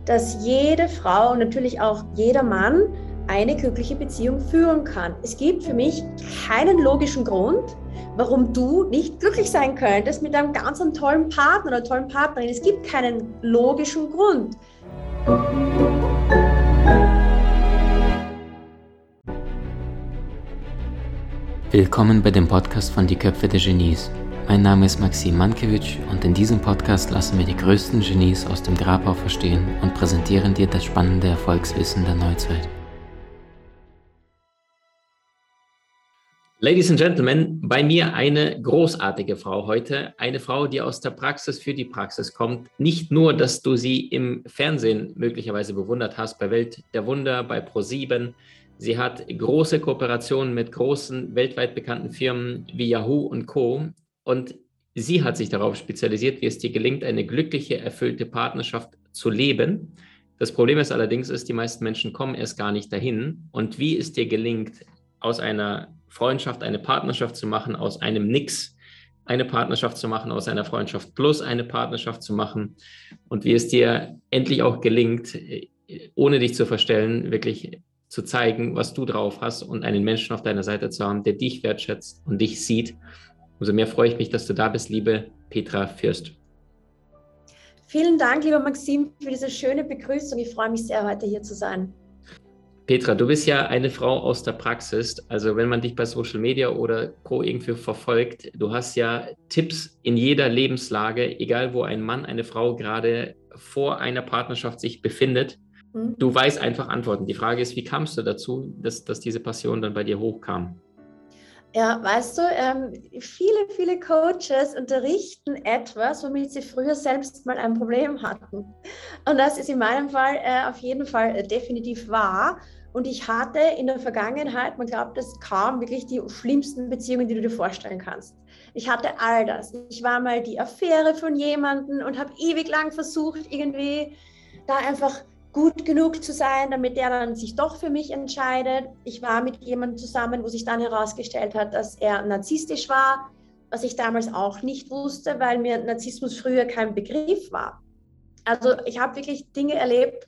dass jede Frau und natürlich auch jeder Mann eine glückliche Beziehung führen kann. Es gibt für mich keinen logischen Grund, warum du nicht glücklich sein könntest mit einem ganz tollen Partner oder tollen Partnerin. Es gibt keinen logischen Grund. Willkommen bei dem Podcast von Die Köpfe der Genies. Mein Name ist Maxim Mankewitsch und in diesem Podcast lassen wir die größten Genies aus dem Grabau verstehen und präsentieren dir das spannende Erfolgswissen der Neuzeit. Ladies and Gentlemen, bei mir eine großartige Frau heute. Eine Frau, die aus der Praxis für die Praxis kommt. Nicht nur, dass du sie im Fernsehen möglicherweise bewundert hast, bei Welt der Wunder, bei ProSieben. Sie hat große Kooperationen mit großen, weltweit bekannten Firmen wie Yahoo und Co. Und sie hat sich darauf spezialisiert, wie es dir gelingt, eine glückliche, erfüllte Partnerschaft zu leben. Das Problem ist allerdings, die meisten Menschen kommen erst gar nicht dahin. Und wie es dir gelingt, aus einer Freundschaft eine Partnerschaft zu machen, aus einem Nix eine Partnerschaft zu machen, aus einer Freundschaft plus eine Partnerschaft zu machen und wie es dir endlich auch gelingt, ohne dich zu verstellen, wirklich zu zeigen, was du drauf hast und einen Menschen auf deiner Seite zu haben, der dich wertschätzt und dich sieht. Umso mehr freue ich mich, dass du da bist, liebe Petra Fürst. Vielen Dank, lieber Maxim, für diese schöne Begrüßung. Ich freue mich sehr, heute hier zu sein. Petra, du bist ja eine Frau aus der Praxis. Also wenn man dich bei Social Media oder Co. irgendwie verfolgt, du hast ja Tipps in jeder Lebenslage, egal wo ein Mann, eine Frau gerade vor einer Partnerschaft sich befindet. Du weißt einfach Antworten. Die Frage ist, wie kamst du dazu, dass diese Passion dann bei dir hochkam? Ja, weißt du, viele Coaches unterrichten etwas, womit sie früher selbst mal ein Problem hatten. Und das ist in meinem Fall auf jeden Fall definitiv wahr. Und ich hatte in der Vergangenheit, man glaubt es kaum, wirklich die schlimmsten Beziehungen, die du dir vorstellen kannst. Ich hatte all das. Ich war mal die Affäre von jemandem und habe ewig lang versucht, irgendwie da einfach gut genug zu sein, damit der dann sich doch für mich entscheidet. Ich war mit jemandem zusammen, wo sich dann herausgestellt hat, dass er narzisstisch war, was ich damals auch nicht wusste, weil mir Narzissmus früher kein Begriff war. Also ich habe wirklich Dinge erlebt,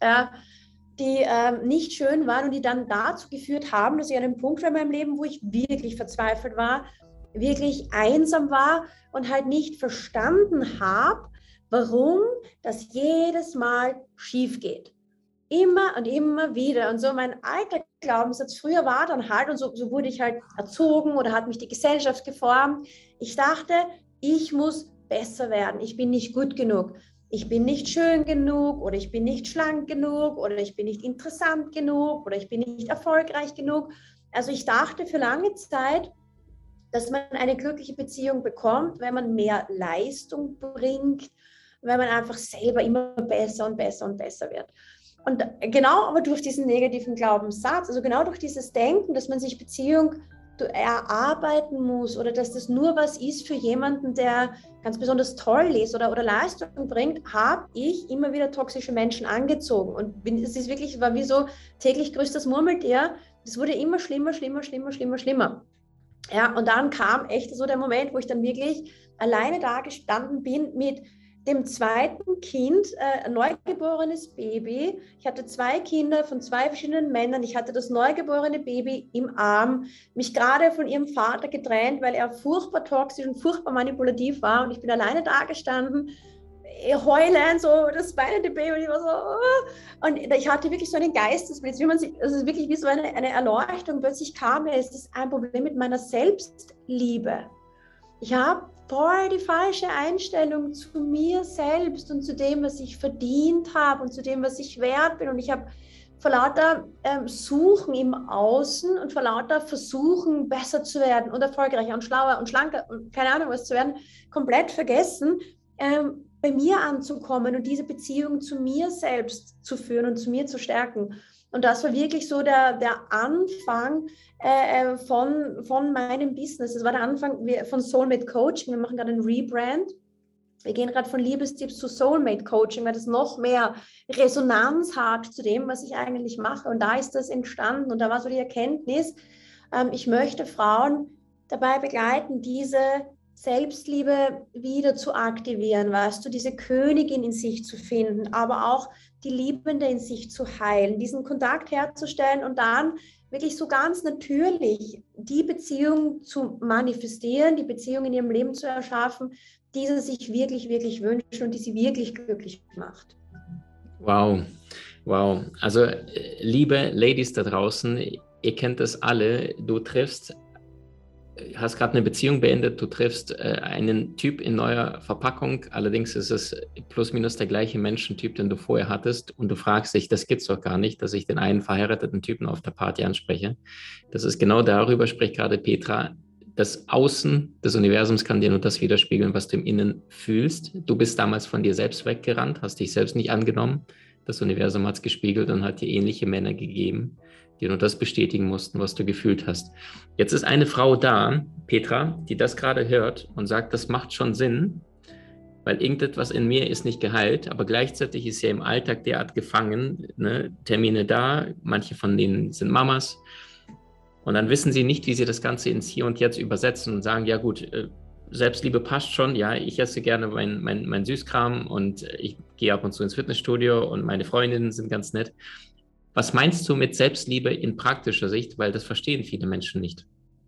die nicht schön waren und die dann dazu geführt haben, dass ich an einem Punkt war in meinem Leben, wo ich wirklich verzweifelt war, wirklich einsam war und halt nicht verstanden habe, warum das jedes Mal schief geht. Immer und immer wieder. Und so mein alter Glaubenssatz früher war dann halt, und so wurde ich halt erzogen oder hat mich die Gesellschaft geformt. Ich dachte, ich muss besser werden. Ich bin nicht gut genug. Ich bin nicht schön genug oder ich bin nicht schlank genug oder ich bin nicht interessant genug oder ich bin nicht erfolgreich genug. Also ich dachte für lange Zeit, dass man eine glückliche Beziehung bekommt, wenn man mehr Leistung bringt, wenn man einfach selber immer besser und besser und besser wird. Und genau aber durch diesen negativen Glaubenssatz, also genau durch dieses Denken, dass man sich Beziehung erarbeiten muss oder dass das nur was ist für jemanden, der ganz besonders toll ist oder Leistung bringt, habe ich immer wieder toxische Menschen angezogen. Und es ist wirklich, war wie so täglich grüßt das Murmeltier. Das wurde immer schlimmer. Ja, und dann kam echt so der Moment, wo ich dann wirklich alleine da gestanden bin mit dem zweiten Kind, ein neugeborenes Baby. Ich hatte 2 Kinder von 2 verschiedenen Männern. Ich hatte das neugeborene Baby im Arm, mich gerade von ihrem Vater getrennt, weil er furchtbar toxisch und furchtbar manipulativ war. Und ich bin alleine da gestanden, heulend, so das weinende Baby. Und ich war so, oh. Und ich hatte wirklich so einen Geistesblitz, es ist wirklich wie so eine Erleuchtung. Plötzlich kam mir, es ist ein Problem mit meiner Selbstliebe. Ich habe voll die falsche Einstellung zu mir selbst und zu dem, was ich verdient habe und zu dem, was ich wert bin. Und ich habe vor lauter Suchen im Außen und vor lauter Versuchen, besser zu werden und erfolgreicher und schlauer und schlanker und keine Ahnung was zu werden, komplett vergessen, bei mir anzukommen und diese Beziehung zu mir selbst zu führen und zu mir zu stärken. Und das war wirklich so der Anfang von meinem Business. Das war der Anfang von Soulmate Coaching. Wir machen gerade einen Rebrand. Wir gehen gerade von Liebestipps zu Soulmate Coaching, weil das noch mehr Resonanz hat zu dem, was ich eigentlich mache. Und da ist das entstanden. Und da war so die Erkenntnis, ich möchte Frauen dabei begleiten, diese Selbstliebe wieder zu aktivieren, weißt du, diese Königin in sich zu finden, aber auch die Liebende in sich zu heilen, diesen Kontakt herzustellen und dann wirklich so ganz natürlich die Beziehung zu manifestieren, die Beziehung in ihrem Leben zu erschaffen, die sie sich wirklich, wirklich wünschen und die sie wirklich glücklich macht. Wow, wow. Also liebe Ladies da draußen, ihr kennt das alle, hast gerade eine Beziehung beendet, du triffst einen Typ in neuer Verpackung, allerdings ist es plus minus der gleiche Menschentyp, den du vorher hattest und du fragst dich, das gibt's doch gar nicht, dass ich den einen verheirateten Typen auf der Party anspreche. Das ist genau darüber, spricht gerade Petra. Das Außen des Universums kann dir nur das widerspiegeln, was du im Innen fühlst. Du bist damals von dir selbst weggerannt, hast dich selbst nicht angenommen. Das Universum hat es gespiegelt und hat dir ähnliche Männer gegeben, die nur das bestätigen mussten, was du gefühlt hast. Jetzt ist eine Frau da, Petra, die das gerade hört und sagt, das macht schon Sinn, weil irgendetwas in mir ist nicht geheilt, aber gleichzeitig ist sie ja im Alltag derart gefangen, ne? Termine da, manche von denen sind Mamas, und dann wissen sie nicht, wie sie das Ganze ins Hier und Jetzt übersetzen und sagen, ja gut, Selbstliebe passt schon, ja, ich esse gerne mein Süßkram und ich gehe ab und zu ins Fitnessstudio und meine Freundinnen sind ganz nett. Was meinst du mit Selbstliebe in praktischer Sicht? Weil das verstehen viele Menschen nicht.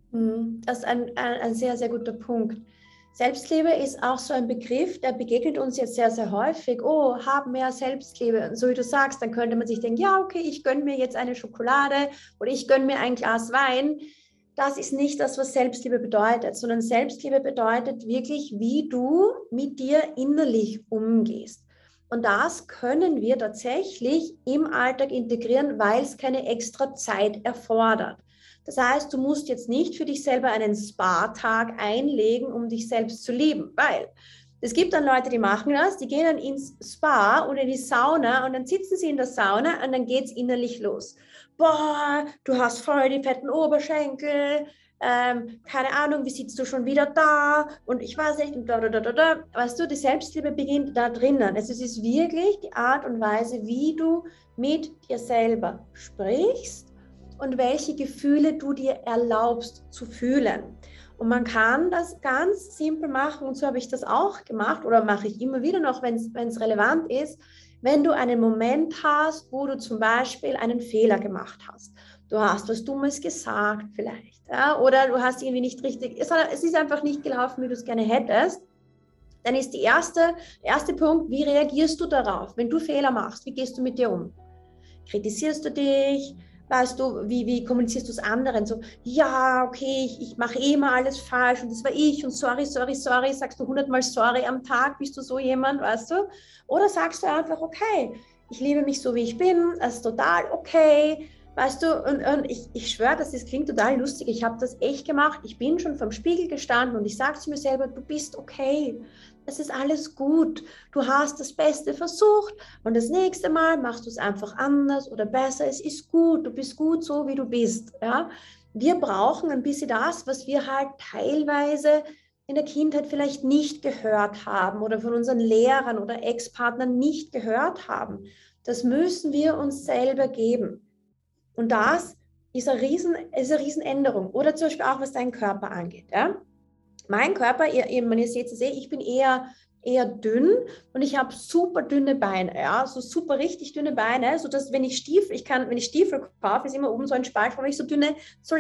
Das ist ein sehr, sehr guter Punkt. Selbstliebe ist auch so ein Begriff, der begegnet uns jetzt sehr, sehr häufig. Oh, hab mehr Selbstliebe. Und so wie du sagst, dann könnte man sich denken, ja, okay, ich gönne mir jetzt eine Schokolade oder ich gönne mir ein Glas Wein. Das ist nicht das, was Selbstliebe bedeutet, sondern Selbstliebe bedeutet wirklich, wie du mit dir innerlich umgehst. Und das können wir tatsächlich im Alltag integrieren, weil es keine extra Zeit erfordert. Das heißt, du musst jetzt nicht für dich selber einen Spa-Tag einlegen, um dich selbst zu lieben, weil es gibt dann Leute, die machen das, die gehen dann ins Spa oder in die Sauna und dann sitzen sie in der Sauna und dann geht es innerlich los. Boah, du hast voll die fetten Oberschenkel, keine Ahnung, wie sitzt du schon wieder da und ich weiß nicht, und da. Weißt du, die Selbstliebe beginnt da drinnen. Also es ist wirklich die Art und Weise, wie du mit dir selber sprichst und welche Gefühle du dir erlaubst zu fühlen. Und man kann das ganz simpel machen und so habe ich das auch gemacht oder mache ich immer wieder noch, wenn es relevant ist, wenn du einen Moment hast, wo du zum Beispiel einen Fehler gemacht hast. Du hast was Dummes gesagt vielleicht, ja? Oder du hast irgendwie nicht richtig, es ist einfach nicht gelaufen, wie du es gerne hättest. Dann ist der erste Punkt, wie reagierst du darauf? Wenn du Fehler machst, wie gehst du mit dir um? Kritisierst du dich? Weißt du, wie kommunizierst du es anderen? So, ja, okay, ich mache immer alles falsch und das war ich und sorry, sagst du 100-mal sorry am Tag, bist du so jemand, weißt du? Oder sagst du einfach, okay, ich liebe mich so, wie ich bin, das ist total okay, weißt du? Und ich schwöre, das klingt total lustig, ich habe das echt gemacht, ich bin schon vorm Spiegel gestanden und ich sage zu mir selber, du bist okay. Es ist alles gut. Du hast das Beste versucht und das nächste Mal machst du es einfach anders oder besser. Es ist gut. Du bist gut so, wie du bist. Ja? Wir brauchen ein bisschen das, was wir halt teilweise in der Kindheit vielleicht nicht gehört haben oder von unseren Lehrern oder Ex-Partnern nicht gehört haben. Das müssen wir uns selber geben. Und das ist eine Riesenänderung. Oder zum Beispiel auch, was deinen Körper angeht. Ja? Mein Körper, ihr seht es ich bin eher dünn und ich habe super dünne Beine, ja, so super richtig dünne Beine, sodass wenn ich Stiefel kaufe, ist immer oben so ein Spalt, weil ich so dünne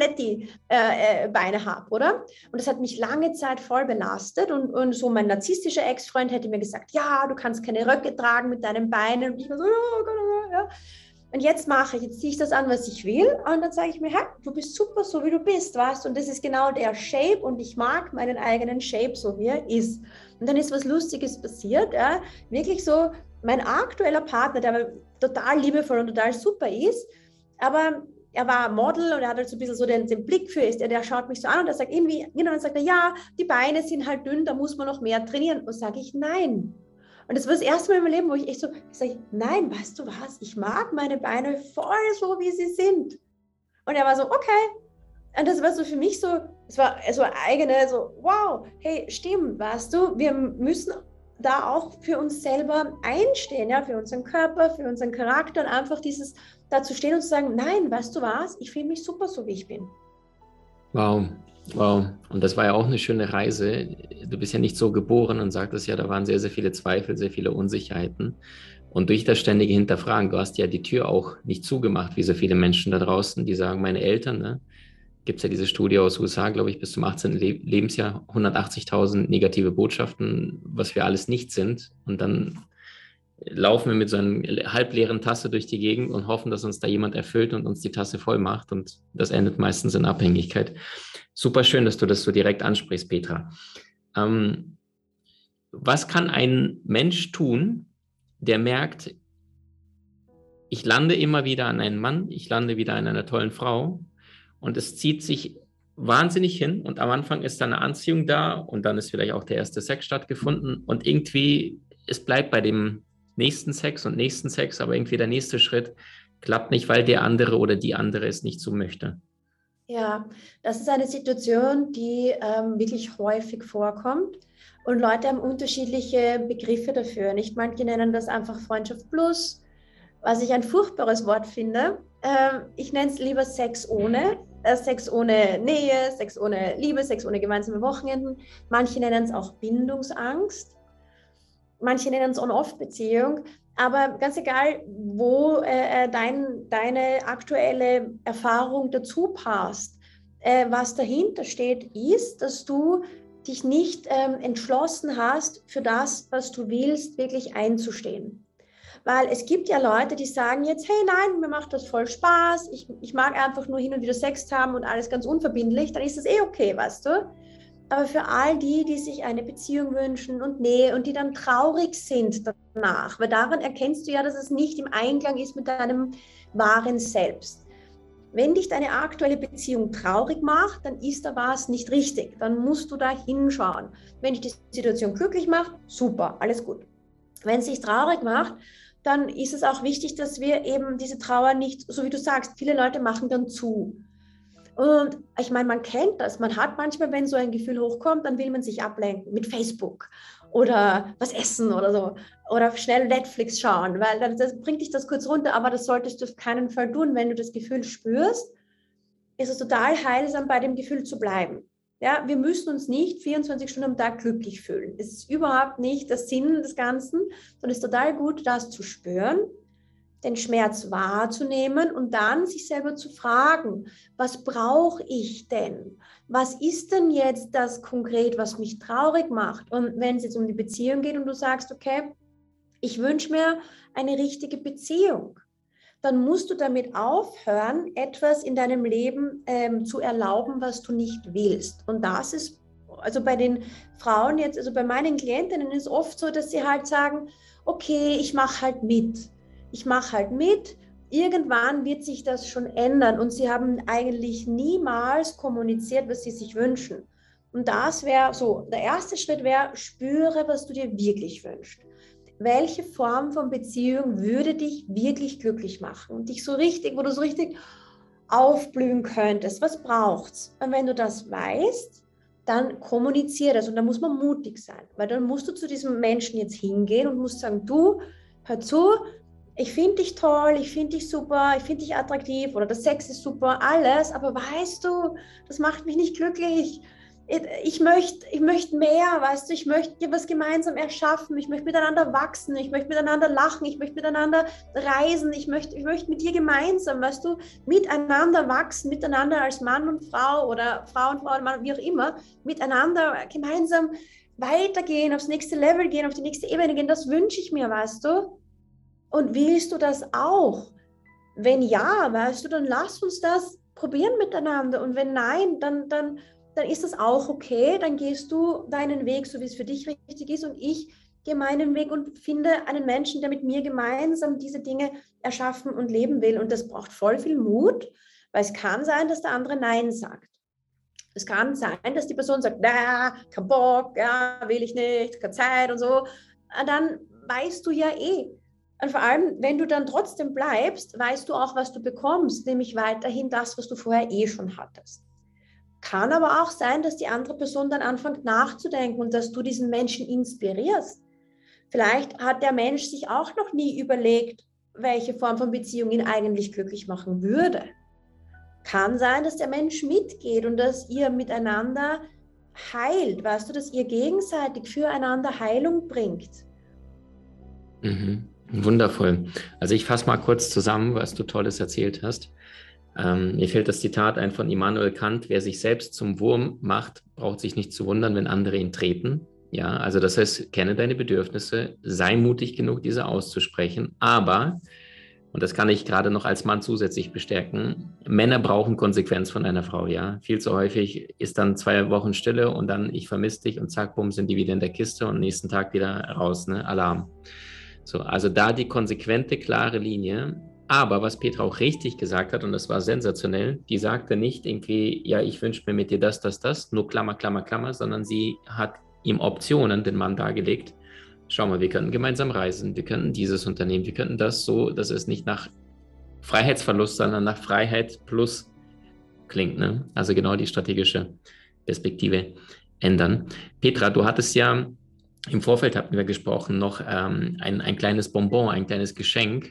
Soletti-Beine habe, oder? Und das hat mich lange Zeit voll belastet und so mein narzisstischer Ex-Freund hätte mir gesagt, ja, du kannst keine Röcke tragen mit deinen Beinen und ich war so, ja. Und jetzt ziehe ich das an, was ich will und dann sage ich mir, hey, du bist super, so wie du bist, weißt du, und das ist genau der Shape und ich mag meinen eigenen Shape, so wie er ist. Und dann ist was Lustiges passiert, ja, wirklich so, mein aktueller Partner, der total liebevoll und total super ist, aber er war Model und er hat halt so ein bisschen so den Blick für, der schaut mich so an und er sagt irgendwie, genau, dann sagt er, ja, die Beine sind halt dünn, da muss man noch mehr trainieren. Und sage ich, nein. Und das war das erste Mal in meinem Leben, wo ich echt so sage, nein, weißt du was, ich mag meine Beine voll so, wie sie sind. Und er war so, okay. Und das war so für mich so, es war so eigene, so, wow, hey, stimmt, weißt du, wir müssen da auch für uns selber einstehen, ja, für unseren Körper, für unseren Charakter und einfach da zu stehen und zu sagen, nein, weißt du was, ich fühle mich super, so wie ich bin. Wow. Wow, und das war ja auch eine schöne Reise. Du bist ja nicht so geboren und sagtest ja, da waren sehr, sehr viele Zweifel, sehr viele Unsicherheiten. Und durch das ständige Hinterfragen, du hast ja die Tür auch nicht zugemacht, wie so viele Menschen da draußen, die sagen, meine Eltern, ne? Gibt es ja diese Studie aus USA, glaube ich, bis zum 18. Lebensjahr, 180.000 negative Botschaften, was wir alles nicht sind. Und dann laufen wir mit so einer halbleeren Tasse durch die Gegend und hoffen, dass uns da jemand erfüllt und uns die Tasse voll macht. Und das endet meistens in Abhängigkeit. Super schön, dass du das so direkt ansprichst, Petra. Was kann ein Mensch tun, der merkt, ich lande immer wieder an einen Mann, ich lande wieder an einer tollen Frau und es zieht sich wahnsinnig hin und am Anfang ist da eine Anziehung da und dann ist vielleicht auch der erste Sex stattgefunden und irgendwie, es bleibt bei dem nächsten Sex, aber irgendwie der nächste Schritt klappt nicht, weil der andere oder die andere es nicht so möchte. Ja, das ist eine Situation, die wirklich häufig vorkommt und Leute haben unterschiedliche Begriffe dafür. Nicht manche nennen das einfach Freundschaft plus, was ich ein furchtbares Wort finde. Ich nenne es lieber Sex ohne Nähe, Sex ohne Liebe, Sex ohne gemeinsame Wochenenden. Manche nennen es auch Bindungsangst. Manche nennen es On-Off-Beziehung. Aber ganz egal, wo deine aktuelle Erfahrung dazu passt, was dahinter steht, ist, dass du dich nicht entschlossen hast, für das, was du willst, wirklich einzustehen. Weil es gibt ja Leute, die sagen jetzt, hey nein, mir macht das voll Spaß, ich mag einfach nur hin und wieder Sex haben und alles ganz unverbindlich, dann ist das okay, weißt du? Aber für all die, die sich eine Beziehung wünschen und Nähe und die dann traurig sind danach, weil daran erkennst du ja, dass es nicht im Einklang ist mit deinem wahren Selbst. Wenn dich deine aktuelle Beziehung traurig macht, dann ist da was nicht richtig. Dann musst du da hinschauen. Wenn dich die Situation glücklich macht, super, alles gut. Wenn es dich traurig macht, dann ist es auch wichtig, dass wir eben diese Trauer nicht, so wie du sagst, viele Leute machen dann zu. Und ich meine, man kennt das. Man hat manchmal, wenn so ein Gefühl hochkommt, dann will man sich ablenken mit Facebook oder was essen oder so. Oder schnell Netflix schauen, weil das bringt dich das kurz runter. Aber das solltest du auf keinen Fall tun. Wenn du das Gefühl spürst, ist es total heilsam, bei dem Gefühl zu bleiben. Ja, wir müssen uns nicht 24 Stunden am Tag glücklich fühlen. Es ist überhaupt nicht der Sinn des Ganzen, sondern es ist total gut, das zu spüren, den Schmerz wahrzunehmen und dann sich selber zu fragen, was brauche ich denn? Was ist denn jetzt das konkret, was mich traurig macht? Und wenn es jetzt um die Beziehung geht und du sagst, okay, ich wünsche mir eine richtige Beziehung, dann musst du damit aufhören, etwas in deinem Leben zu erlauben, was du nicht willst. Und das ist, also bei den Frauen jetzt, also bei meinen Klientinnen ist es oft so, dass sie halt sagen, okay, ich mache halt mit. Irgendwann wird sich das schon ändern und sie haben eigentlich niemals kommuniziert, was sie sich wünschen. Und das wäre so, der erste Schritt wäre, spüre, was du dir wirklich wünschst. Welche Form von Beziehung würde dich wirklich glücklich machen und dich so richtig, wo du so richtig aufblühen könntest? Was braucht's? Und wenn du das weißt, dann kommuniziere das und da muss man mutig sein, weil dann musst du zu diesem Menschen jetzt hingehen und musst sagen, du, hör zu, ich finde dich toll, ich finde dich super, ich finde dich attraktiv oder das Sex ist super, alles, aber weißt du, das macht mich nicht glücklich. Ich möchte mehr, weißt du, ich möchte was gemeinsam erschaffen, ich möchte miteinander wachsen, ich möchte miteinander lachen, ich möchte miteinander reisen, ich möchte mit dir gemeinsam, weißt du, miteinander wachsen, miteinander als Mann und Frau oder Frau und Mann, wie auch immer, miteinander gemeinsam weitergehen, aufs nächste Level gehen, auf die nächste Ebene gehen, das wünsche ich mir, weißt du. Und willst du das auch? Wenn ja, weißt du, dann lass uns das probieren miteinander und wenn nein, dann ist das auch okay, dann gehst du deinen Weg, so wie es für dich richtig ist und ich gehe meinen Weg und finde einen Menschen, der mit mir gemeinsam diese Dinge erschaffen und leben will und das braucht voll viel Mut, weil es kann sein, dass der andere Nein sagt. Es kann sein, dass die Person sagt, na, kein Bock, ja, will ich nicht, keine Zeit und so. Dann weißt du ja eh. Und vor allem, wenn du dann trotzdem bleibst, weißt du auch, was du bekommst, nämlich weiterhin das, was du vorher eh schon hattest. Kann aber auch sein, dass die andere Person dann anfängt nachzudenken und dass du diesen Menschen inspirierst. Vielleicht hat der Mensch sich auch noch nie überlegt, welche Form von Beziehung ihn eigentlich glücklich machen würde. Kann sein, dass der Mensch mitgeht und dass ihr miteinander heilt, weißt du, dass ihr gegenseitig füreinander Heilung bringt. Mhm. Wundervoll. Also ich fasse mal kurz zusammen, was du Tolles erzählt hast. Mir fällt das Zitat ein von Immanuel Kant: Wer sich selbst zum Wurm macht, braucht sich nicht zu wundern, wenn andere ihn treten. Ja, also das heißt, kenne deine Bedürfnisse, sei mutig genug, diese auszusprechen. Aber, und das kann ich gerade noch als Mann zusätzlich bestärken, Männer brauchen Konsequenz von einer Frau. Ja, viel zu häufig ist dann 2 Wochen Stille und dann ich vermisse dich und zack, bumm, sind die wieder in der Kiste und nächsten Tag wieder raus, ne? Alarm. So, also da die konsequente, klare Linie. Aber was Petra auch richtig gesagt hat, und das war sensationell, die sagte nicht irgendwie, ja, ich wünsche mir mit dir das, nur Klammer, Klammer, Klammer, sondern sie hat ihm Optionen, den Mann, dargelegt. Schau mal, wir könnten gemeinsam reisen, wir könnten dieses Unternehmen, wir könnten das so, dass es nicht nach Freiheitsverlust, sondern nach Freiheit plus klingt. Ne? Also genau die strategische Perspektive ändern. Petra, du hattest ja im Vorfeld, hatten wir gesprochen, noch ein kleines Bonbon, ein kleines Geschenk.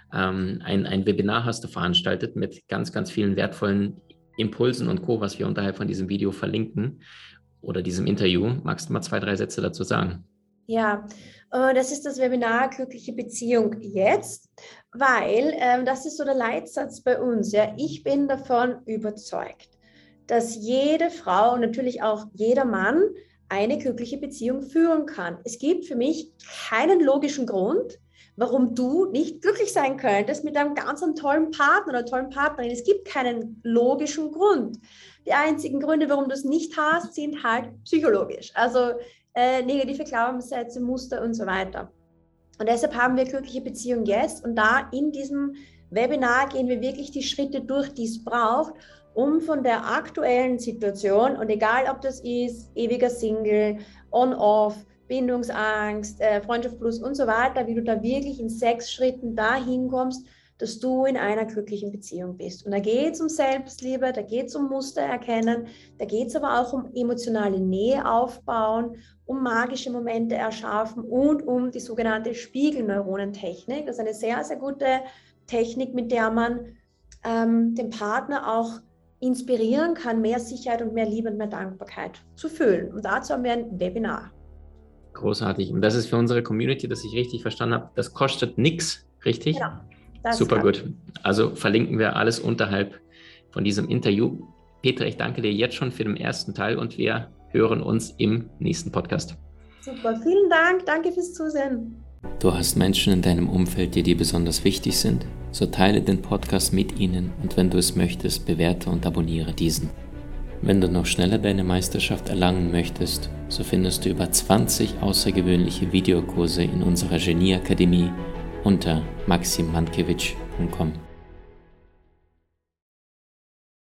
Ein Webinar hast du veranstaltet mit ganz, ganz vielen wertvollen Impulsen und Co., was wir unterhalb von diesem Video verlinken oder diesem Interview. Magst du mal 2, 3 Sätze dazu sagen? Ja, das ist das Webinar Glückliche Beziehung jetzt, weil das ist so der Leitsatz bei uns. Ja. Ich bin davon überzeugt, dass jede Frau und natürlich auch jeder Mann eine glückliche Beziehung führen kann. Es gibt für mich keinen logischen Grund, warum du nicht glücklich sein könntest mit einem ganz tollen Partner oder tollen Partnerin. Es gibt keinen logischen Grund. Die einzigen Gründe, warum du es nicht hast, sind halt psychologisch. Also negative Glaubenssätze, Muster und so weiter. Und deshalb haben wir glückliche Beziehung jetzt. Und da in diesem Webinar gehen wir wirklich die Schritte durch, die es braucht, um von der aktuellen Situation, und egal ob das ist ewiger Single, On-Off, Bindungsangst, Freundschaft plus und so weiter, wie du da wirklich in 6 Schritten dahin kommst, dass du in einer glücklichen Beziehung bist. Und da geht es um Selbstliebe, da geht es um Muster erkennen, da geht es aber auch um emotionale Nähe aufbauen, um magische Momente erschaffen und um die sogenannte Spiegelneuronentechnik. Das ist eine sehr, sehr gute Technik, mit der man den Partner auch inspirieren kann, mehr Sicherheit und mehr Liebe und mehr Dankbarkeit zu fühlen. Und dazu haben wir ein Webinar. Großartig. Und das ist für unsere Community, dass ich richtig verstanden habe, das kostet nichts, richtig? Genau. Super gut. Also verlinken wir alles unterhalb von diesem Interview. Petra, ich danke dir jetzt schon für den ersten Teil und wir hören uns im nächsten Podcast. Super, vielen Dank. Danke fürs Zusehen. Du hast Menschen in deinem Umfeld, die dir besonders wichtig sind? So teile den Podcast mit ihnen und wenn du es möchtest, bewerte und abonniere diesen. Wenn du noch schneller deine Meisterschaft erlangen möchtest, so findest du über 20 außergewöhnliche Videokurse in unserer Genieakademie unter maximmankiewicz.com.